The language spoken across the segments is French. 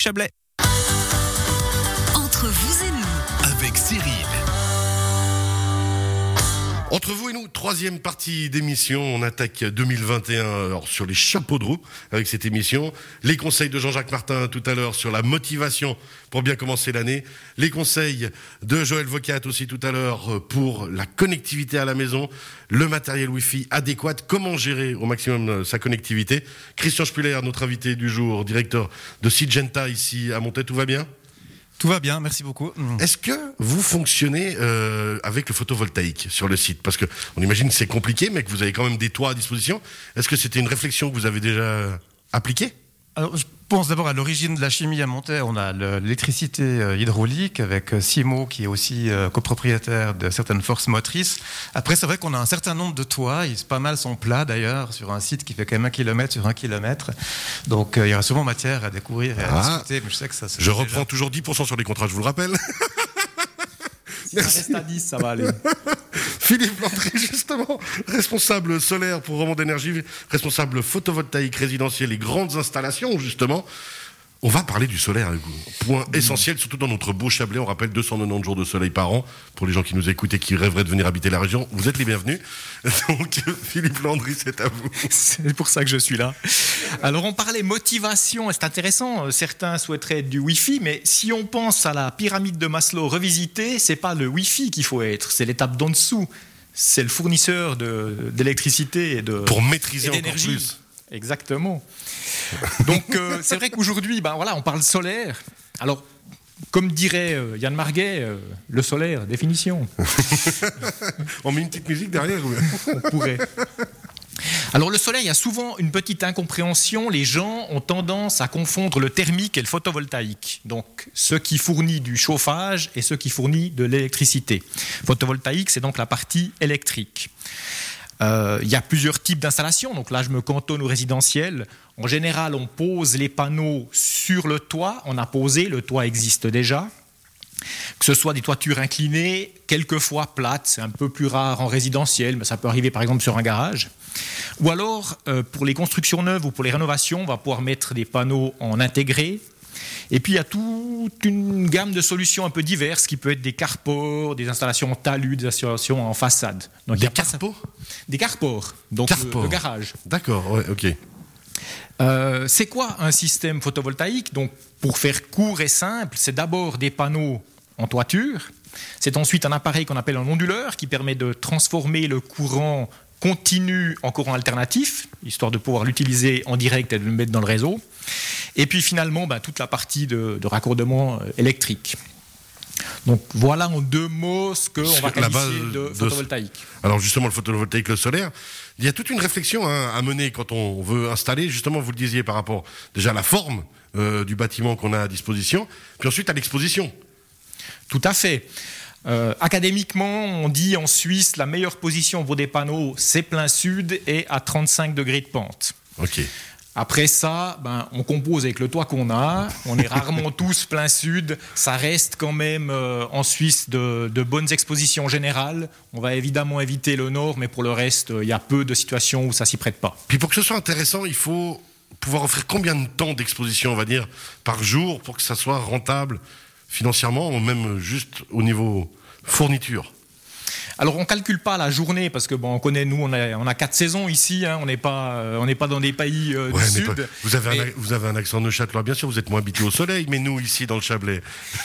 Chablais. Entre vous et nous, Avec Cyril. Entre vous et nous, troisième partie d'émission. On attaque 2021 alors, sur les chapeaux de roue avec cette émission. Les conseils de Jean-Jacques Martin tout à l'heure sur la motivation pour bien commencer l'année. Les conseils de Joël Vocat aussi tout à l'heure pour la connectivité à la maison, le matériel Wi-Fi adéquat, comment gérer au maximum sa connectivité. Christian Spuller, notre invité du jour, directeur de Syngenta ici à Montaix, tout va bien ? Tout va bien, merci beaucoup. Est-ce que vous fonctionnez avec le photovoltaïque sur le site ? Parce qu'on imagine que c'est compliqué, mais que vous avez quand même des toits à disposition. Est-ce que c'était une réflexion que vous avez déjà appliquée ? Alors, je pense d'abord à l'origine de la chimie à Montaix. On a l'électricité hydraulique avec Simo qui est aussi copropriétaire de certaines forces motrices. Après, c'est vrai qu'on a un certain nombre de toits. Pas mal sont plats d'ailleurs sur un site qui fait quand même 1 kilomètre sur 1 kilomètre. Donc il y aura souvent matière à découvrir et à discuter. Mais je sais que ça se reprends toujours 10% sur les contrats, je vous le rappelle. Si ça reste à 10, ça va aller. Philippe Landry, justement, responsable solaire pour Romand d'énergie, responsable photovoltaïque résidentiel et grandes installations, justement. On va parler du solaire, point essentiel, surtout dans notre beau Chablais. On rappelle 290 jours de soleil par an. Pour les gens qui nous écoutent et qui rêveraient de venir habiter la région, vous êtes les bienvenus. Donc, Philippe Landry, c'est à vous. C'est pour ça que je suis là. Alors, on parlait motivation, c'est intéressant. Certains souhaiteraient du Wi-Fi, mais si on pense à la pyramide de Maslow revisitée, c'est pas le Wi-Fi qu'il faut être, c'est l'étape d'en dessous. C'est le fournisseur d'électricité et pour maîtriser et d'énergie. Encore plus. Exactement. Donc, c'est vrai qu'aujourd'hui, on parle solaire. Alors, comme dirait Yann Marguet, le solaire, définition. On met une petite musique derrière. On pourrait. Alors, le soleil, il y a souvent une petite incompréhension. Les gens ont tendance à confondre le thermique et le photovoltaïque. Donc, ce qui fournit du chauffage et ce qui fournit de l'électricité. Photovoltaïque, c'est donc la partie électrique. Il y a plusieurs types d'installations. Donc là, je me cantonne au résidentiel. En général, on pose les panneaux sur le toit. On a posé, le toit existe déjà. Que ce soit des toitures inclinées, quelquefois plates, c'est un peu plus rare en résidentiel, mais ça peut arriver par exemple sur un garage. Ou alors, pour les constructions neuves ou pour les rénovations, on va pouvoir mettre des panneaux en intégré. Et puis, il y a toute une gamme de solutions un peu diverses qui peut être des carports, des installations en talus, des installations en façade. Donc, des carports ? Des carports, donc le garage. D'accord, ouais, ok. C'est quoi un système photovoltaïque ? Donc, pour faire court et simple, c'est d'abord des panneaux en toiture. C'est ensuite un appareil qu'on appelle un onduleur qui permet de transformer le courant continu en courant alternatif, histoire de pouvoir l'utiliser en direct et de le mettre dans le réseau. Et puis finalement, toute la partie de raccordement électrique. Donc voilà en 2 mots ce qu'on va qualifier de photovoltaïque. Alors justement, le photovoltaïque, le solaire, il y a toute une réflexion à mener quand on veut installer, justement, vous le disiez, par rapport déjà à la forme du bâtiment qu'on a à disposition, puis ensuite à l'exposition. Tout à fait. Académiquement, on dit en Suisse, la meilleure position pour des panneaux, c'est plein sud et à 35 degrés de pente. Ok. Après ça, on compose avec le toit qu'on a. On est rarement tous plein sud. Ça reste quand même en Suisse de bonnes expositions générales. On va évidemment éviter le nord, mais pour le reste, il y a peu de situations où ça s'y prête pas. Puis pour que ce soit intéressant, il faut pouvoir offrir combien de temps d'exposition, on va dire, par jour pour que ça soit rentable financièrement ou même juste au niveau fourniture ? Alors on calcule pas la journée parce que on connaît, nous on a 4 saisons ici, on n'est pas dans des pays du sud. Vous avez un accent neuchâtelois, bien sûr, vous êtes moins habitué au soleil, mais nous ici dans le Chablais.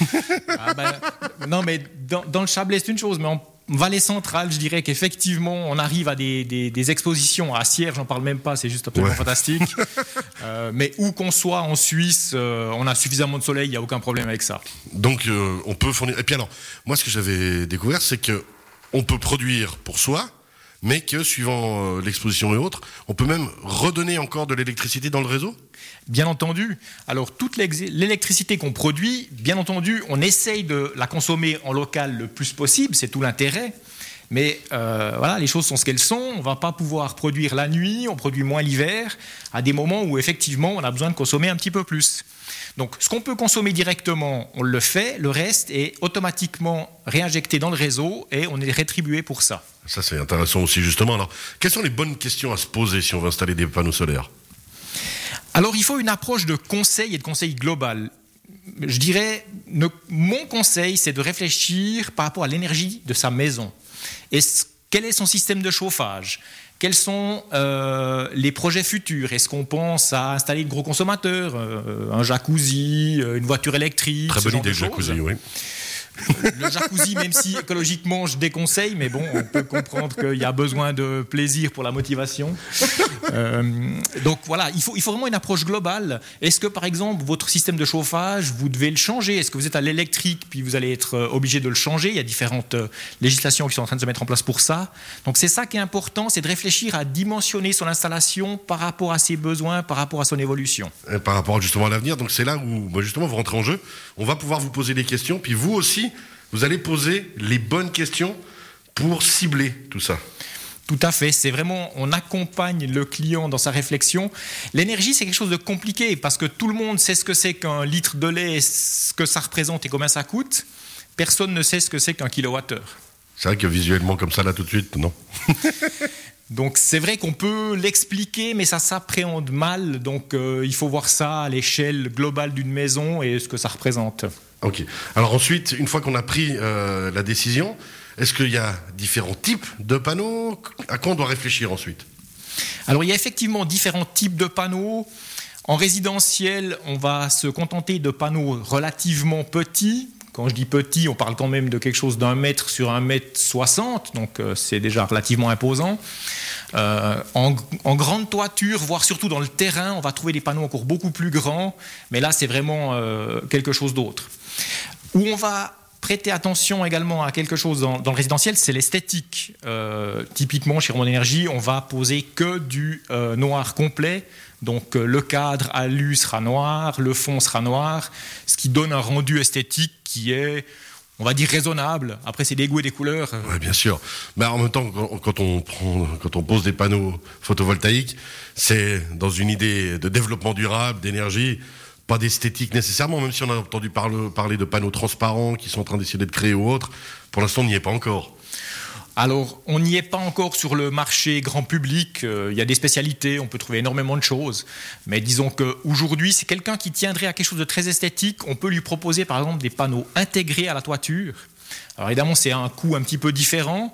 Non, mais dans le Chablais c'est une chose, mais en Vallée centrale, je dirais qu'effectivement on arrive à des expositions à Sierre, j'en parle même pas, c'est juste absolument fantastique. Mais où qu'on soit en Suisse, on a suffisamment de soleil, il n'y a aucun problème avec ça. Donc on peut fournir. Et puis alors, moi ce que j'avais découvert, c'est que on peut produire pour soi, mais que suivant l'exposition et autres, on peut même redonner encore de l'électricité dans le réseau ? Bien entendu. Alors toute l'électricité qu'on produit, bien entendu, on essaye de la consommer en local le plus possible, c'est tout l'intérêt. Mais les choses sont ce qu'elles sont. On ne va pas pouvoir produire la nuit, on produit moins l'hiver, à des moments où effectivement on a besoin de consommer un petit peu plus. Donc ce qu'on peut consommer directement, on le fait, le reste est automatiquement réinjecté dans le réseau et on est rétribué pour ça. Ça c'est intéressant aussi justement. Alors, quelles sont les bonnes questions à se poser si on veut installer des panneaux solaires ? Alors il faut une approche de conseil et de conseil global. je dirais, mon conseil, c'est de réfléchir par rapport à l'énergie de sa maison. Quel est son système de chauffage ? Quels sont les projets futurs ? Est-ce qu'on pense à installer de gros consommateurs, un jacuzzi, une voiture électrique ? Très bonne idée, le jacuzzi, oui. Le jacuzzi, même si écologiquement je déconseille, mais bon, on peut comprendre qu'il y a besoin de plaisir pour la motivation. Donc voilà, il faut vraiment une approche globale. Est-ce que par exemple votre système de chauffage, vous devez le changer ? Est-ce que vous êtes à l'électrique puis vous allez être obligé de le changer ? Il y a différentes législations qui sont en train de se mettre en place pour ça. Donc c'est ça qui est important, c'est de réfléchir à dimensionner son installation par rapport à ses besoins, par rapport à son évolution. Et par rapport justement à l'avenir, donc c'est là où justement vous rentrez en jeu. On va pouvoir vous poser des questions, puis vous aussi, vous allez poser les bonnes questions pour cibler tout ça. Tout à fait, c'est vraiment, on accompagne le client dans sa réflexion. L'énergie, c'est quelque chose de compliqué parce que tout le monde sait ce que c'est qu'un litre de lait, ce que ça représente et combien ça coûte. Personne ne sait ce que c'est qu'un kilowattheure. C'est vrai que visuellement, comme ça, là, tout de suite, non. Donc c'est vrai qu'on peut l'expliquer, mais ça s'appréhende mal. Donc il faut voir ça à l'échelle globale d'une maison et ce que ça représente. Ok. Alors ensuite, une fois qu'on a pris la décision, est-ce qu'il y a différents types de panneaux ? À quoi on doit réfléchir ensuite ? Alors il y a effectivement différents types de panneaux. En résidentiel, on va se contenter de panneaux relativement petits. Quand je dis petit, on parle quand même de quelque chose d'1 mètre sur 1,60 m, donc c'est déjà relativement imposant. En grande toiture, voire surtout dans le terrain, on va trouver des panneaux encore beaucoup plus grands, mais là c'est vraiment quelque chose d'autre. Où on va prêter attention également à quelque chose dans le résidentiel, c'est l'esthétique. Typiquement chez Romande Énergie, on va poser que du noir complet. Donc le cadre alu sera noir, le fond sera noir, ce qui donne un rendu esthétique qui est, on va dire, raisonnable. Après, c'est des goûts et des couleurs. Oui, bien sûr. Mais en même temps, quand on pose des panneaux photovoltaïques, c'est dans une idée de développement durable, d'énergie, pas d'esthétique nécessairement, même si on a entendu parler de panneaux transparents qui sont en train d'essayer d'être créés ou autres. Pour l'instant, on n'y est pas encore. Alors, on n'y est pas encore sur le marché grand public. Il y a des spécialités, on peut trouver énormément de choses. Mais disons qu'aujourd'hui, c'est quelqu'un qui tiendrait à quelque chose de très esthétique. On peut lui proposer, par exemple, des panneaux intégrés à la toiture. Alors évidemment, c'est un coût un petit peu différent,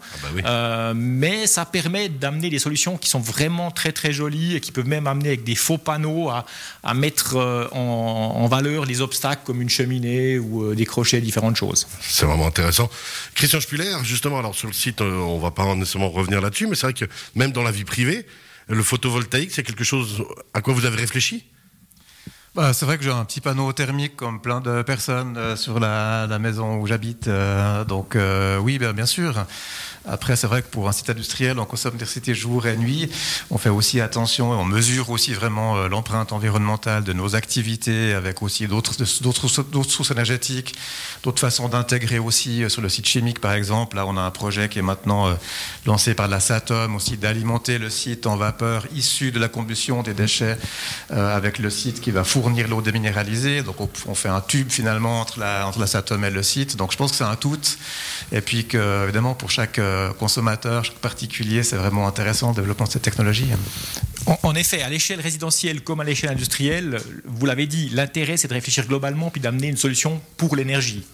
mais ça permet d'amener des solutions qui sont vraiment très très jolies et qui peuvent même amener avec des faux panneaux à mettre en valeur les obstacles comme une cheminée ou des crochets, différentes choses. C'est vraiment intéressant. Christian Spuller, justement, alors sur le site, on ne va pas nécessairement revenir là-dessus, mais c'est vrai que même dans la vie privée, le photovoltaïque, c'est quelque chose à quoi vous avez réfléchi ? C'est vrai que j'ai un petit panneau thermique comme plein de personnes sur la maison où j'habite. Donc oui, bien sûr. Après, c'est vrai que pour un site industriel, on consomme d'électricité jour et nuit. On fait aussi attention, on mesure aussi vraiment l'empreinte environnementale de nos activités avec aussi d'autres sources énergétiques, d'autres façons d'intégrer aussi sur le site chimique, par exemple. Là, on a un projet qui est maintenant lancé par la Satom aussi d'alimenter le site en vapeur issue de la combustion des déchets avec le site qui va fournir l'eau déminéralisée. Donc, on fait un tube finalement entre la Satom et le site. Donc, je pense que c'est un tout. Et puis que, évidemment, pour chaque consommateur, chaque particulier, c'est vraiment intéressant le développement de cette technologie. En effet, à l'échelle résidentielle comme à l'échelle industrielle, vous l'avez dit, l'intérêt c'est de réfléchir globalement puis d'amener une solution pour l'énergie.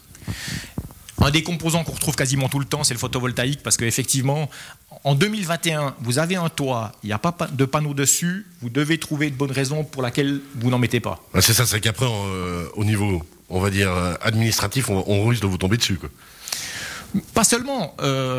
Un des composants qu'on retrouve quasiment tout le temps, c'est le photovoltaïque, parce qu'effectivement, en 2021, vous avez un toit, il n'y a pas de panneau dessus, vous devez trouver de bonnes raisons pour lesquelles vous n'en mettez pas. C'est ça, c'est qu'après, au niveau, on va dire, administratif, on risque de vous tomber dessus, quoi. Pas seulement.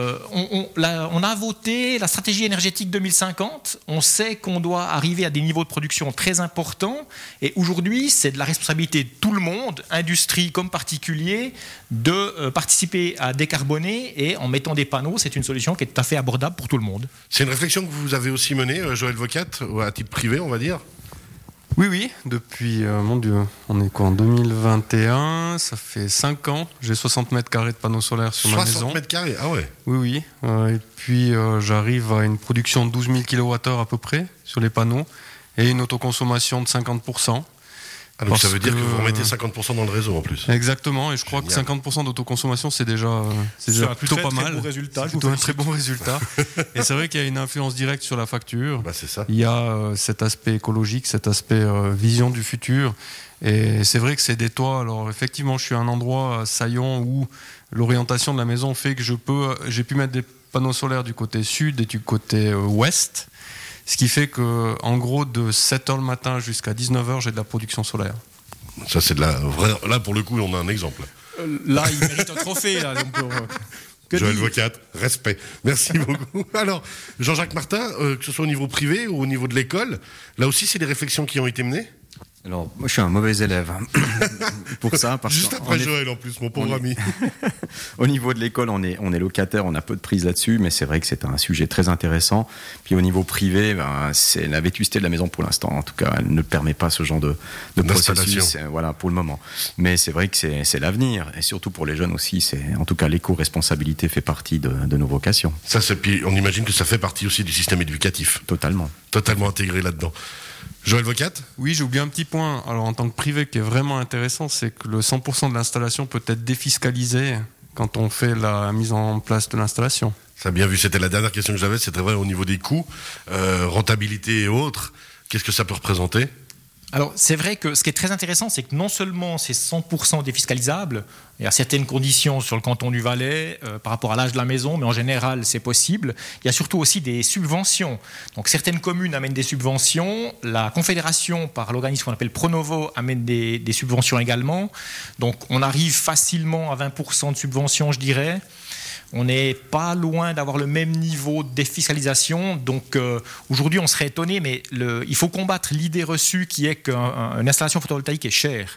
On a voté la stratégie énergétique 2050. On sait qu'on doit arriver à des niveaux de production très importants. Et aujourd'hui, c'est de la responsabilité de tout le monde, industrie comme particulier, de participer à décarboner. Et en mettant des panneaux, c'est une solution qui est tout à fait abordable pour tout le monde. C'est une réflexion que vous avez aussi menée, Joël Vocat, à titre privé, on va dire ? Oui, depuis, mon Dieu, on est quoi, en 2021, ça fait 5 ans, j'ai 60 mètres carrés de panneaux solaires sur ma maison. 60 mètres carrés, ah ouais. Oui, et puis j'arrive à une production de 12 000 kWh à peu près sur les panneaux et une autoconsommation de 50%. Ah, donc ça veut dire que vous remettez 50% dans le réseau en plus. Exactement, et je crois que 50% d'autoconsommation, c'est déjà plutôt pas mal. C'est plutôt un très bon résultat. Et c'est vrai qu'il y a une influence directe sur la facture. C'est ça. Il y a cet aspect écologique, cet aspect vision du futur. Et c'est vrai que c'est des toits. Alors effectivement, je suis à un endroit à Saillon où l'orientation de la maison fait que j'ai pu mettre des panneaux solaires du côté sud et du côté ouest. Ce qui fait que, en gros, de 7h le matin jusqu'à 19h, j'ai de la production solaire. Ça, c'est de la vraie. Là, pour le coup, on a un exemple. Là, il mérite un trophée. Là, donc, Joël Vocat, respect. Merci beaucoup. Alors, Jean-Jacques Martin, que ce soit au niveau privé ou au niveau de l'école, là aussi, c'est des réflexions qui ont été menées? Alors, moi, je suis un mauvais élève pour ça. Juste après Joël, en plus, mon pauvre ami. Au niveau de l'école, on est locataire, on a peu de prise là-dessus, mais c'est vrai que c'est un sujet très intéressant. Puis au niveau privé, c'est la vétusté de la maison pour l'instant. En tout cas, elle ne permet pas ce genre de processus. Voilà, pour le moment. Mais c'est vrai que c'est l'avenir, et surtout pour les jeunes aussi. En tout cas, l'éco-responsabilité fait partie de nos vocations. Ça, puis on imagine que ça fait partie aussi du système éducatif. Totalement intégré là-dedans. Joël Vocat? Oui, j'ai oublié un petit point. Alors, en tant que privé, qui est vraiment intéressant, c'est que le 100% de l'installation peut être défiscalisé quand on fait la mise en place de l'installation. Ça a bien vu, c'était la dernière question que j'avais, c'était vrai au niveau des coûts, rentabilité et autres. Qu'est-ce que ça peut représenter? Alors, c'est vrai que ce qui est très intéressant, c'est que non seulement c'est 100% défiscalisable, il y a certaines conditions sur le canton du Valais par rapport à l'âge de la maison, mais en général, c'est possible. Il y a surtout aussi des subventions. Donc, certaines communes amènent des subventions. La Confédération, par l'organisme qu'on appelle Pronovo, amène des subventions également. Donc, on arrive facilement à 20% de subventions, je dirais. On n'est pas loin d'avoir le même niveau de défiscalisation. Donc aujourd'hui, on serait étonné, mais il faut combattre l'idée reçue qui est qu'une installation photovoltaïque est chère.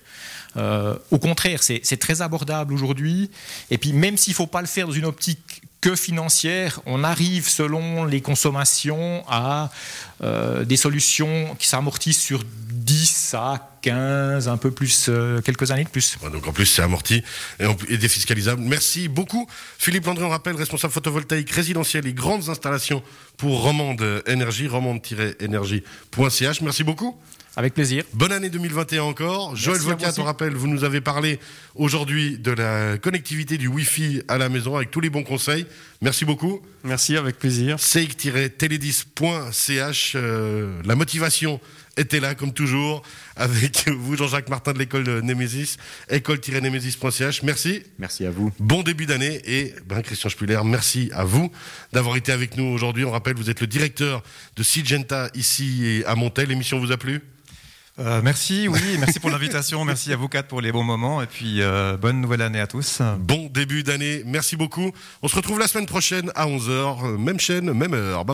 Au contraire, c'est très abordable aujourd'hui. Et puis même s'il ne faut pas le faire dans une optique que financière, on arrive selon les consommations à des solutions qui s'amortissent sur 10 à 15, un peu plus, quelques années de plus. Ouais, donc en plus c'est amorti et défiscalisable. Merci beaucoup Philippe Landré, on rappelle, responsable photovoltaïque résidentiel et grandes installations pour Romande Énergie, romande-énergie.ch. Merci beaucoup. Avec plaisir. Bonne année 2021 encore. Joël Vocat, on rappelle, vous nous avez parlé aujourd'hui de la connectivité du Wi-Fi à la maison avec tous les bons conseils. Merci beaucoup. Merci, avec plaisir. CEIC-télédis.ch. La motivation était là, comme toujours, avec vous, Jean-Jacques Martin de l'école de Némésis, école-némésis.ch. Merci. Merci à vous. Bon début d'année et Christian Spuller, merci à vous d'avoir été avec nous aujourd'hui. On rappelle, vous êtes le directeur de Syngenta ici et à Montel. L'émission vous a plu? Merci pour l'invitation, merci à vous quatre pour les bons moments et puis bonne nouvelle année à tous. Bon début d'année, merci beaucoup. On se retrouve la semaine prochaine à 11h, même chaîne, même heure.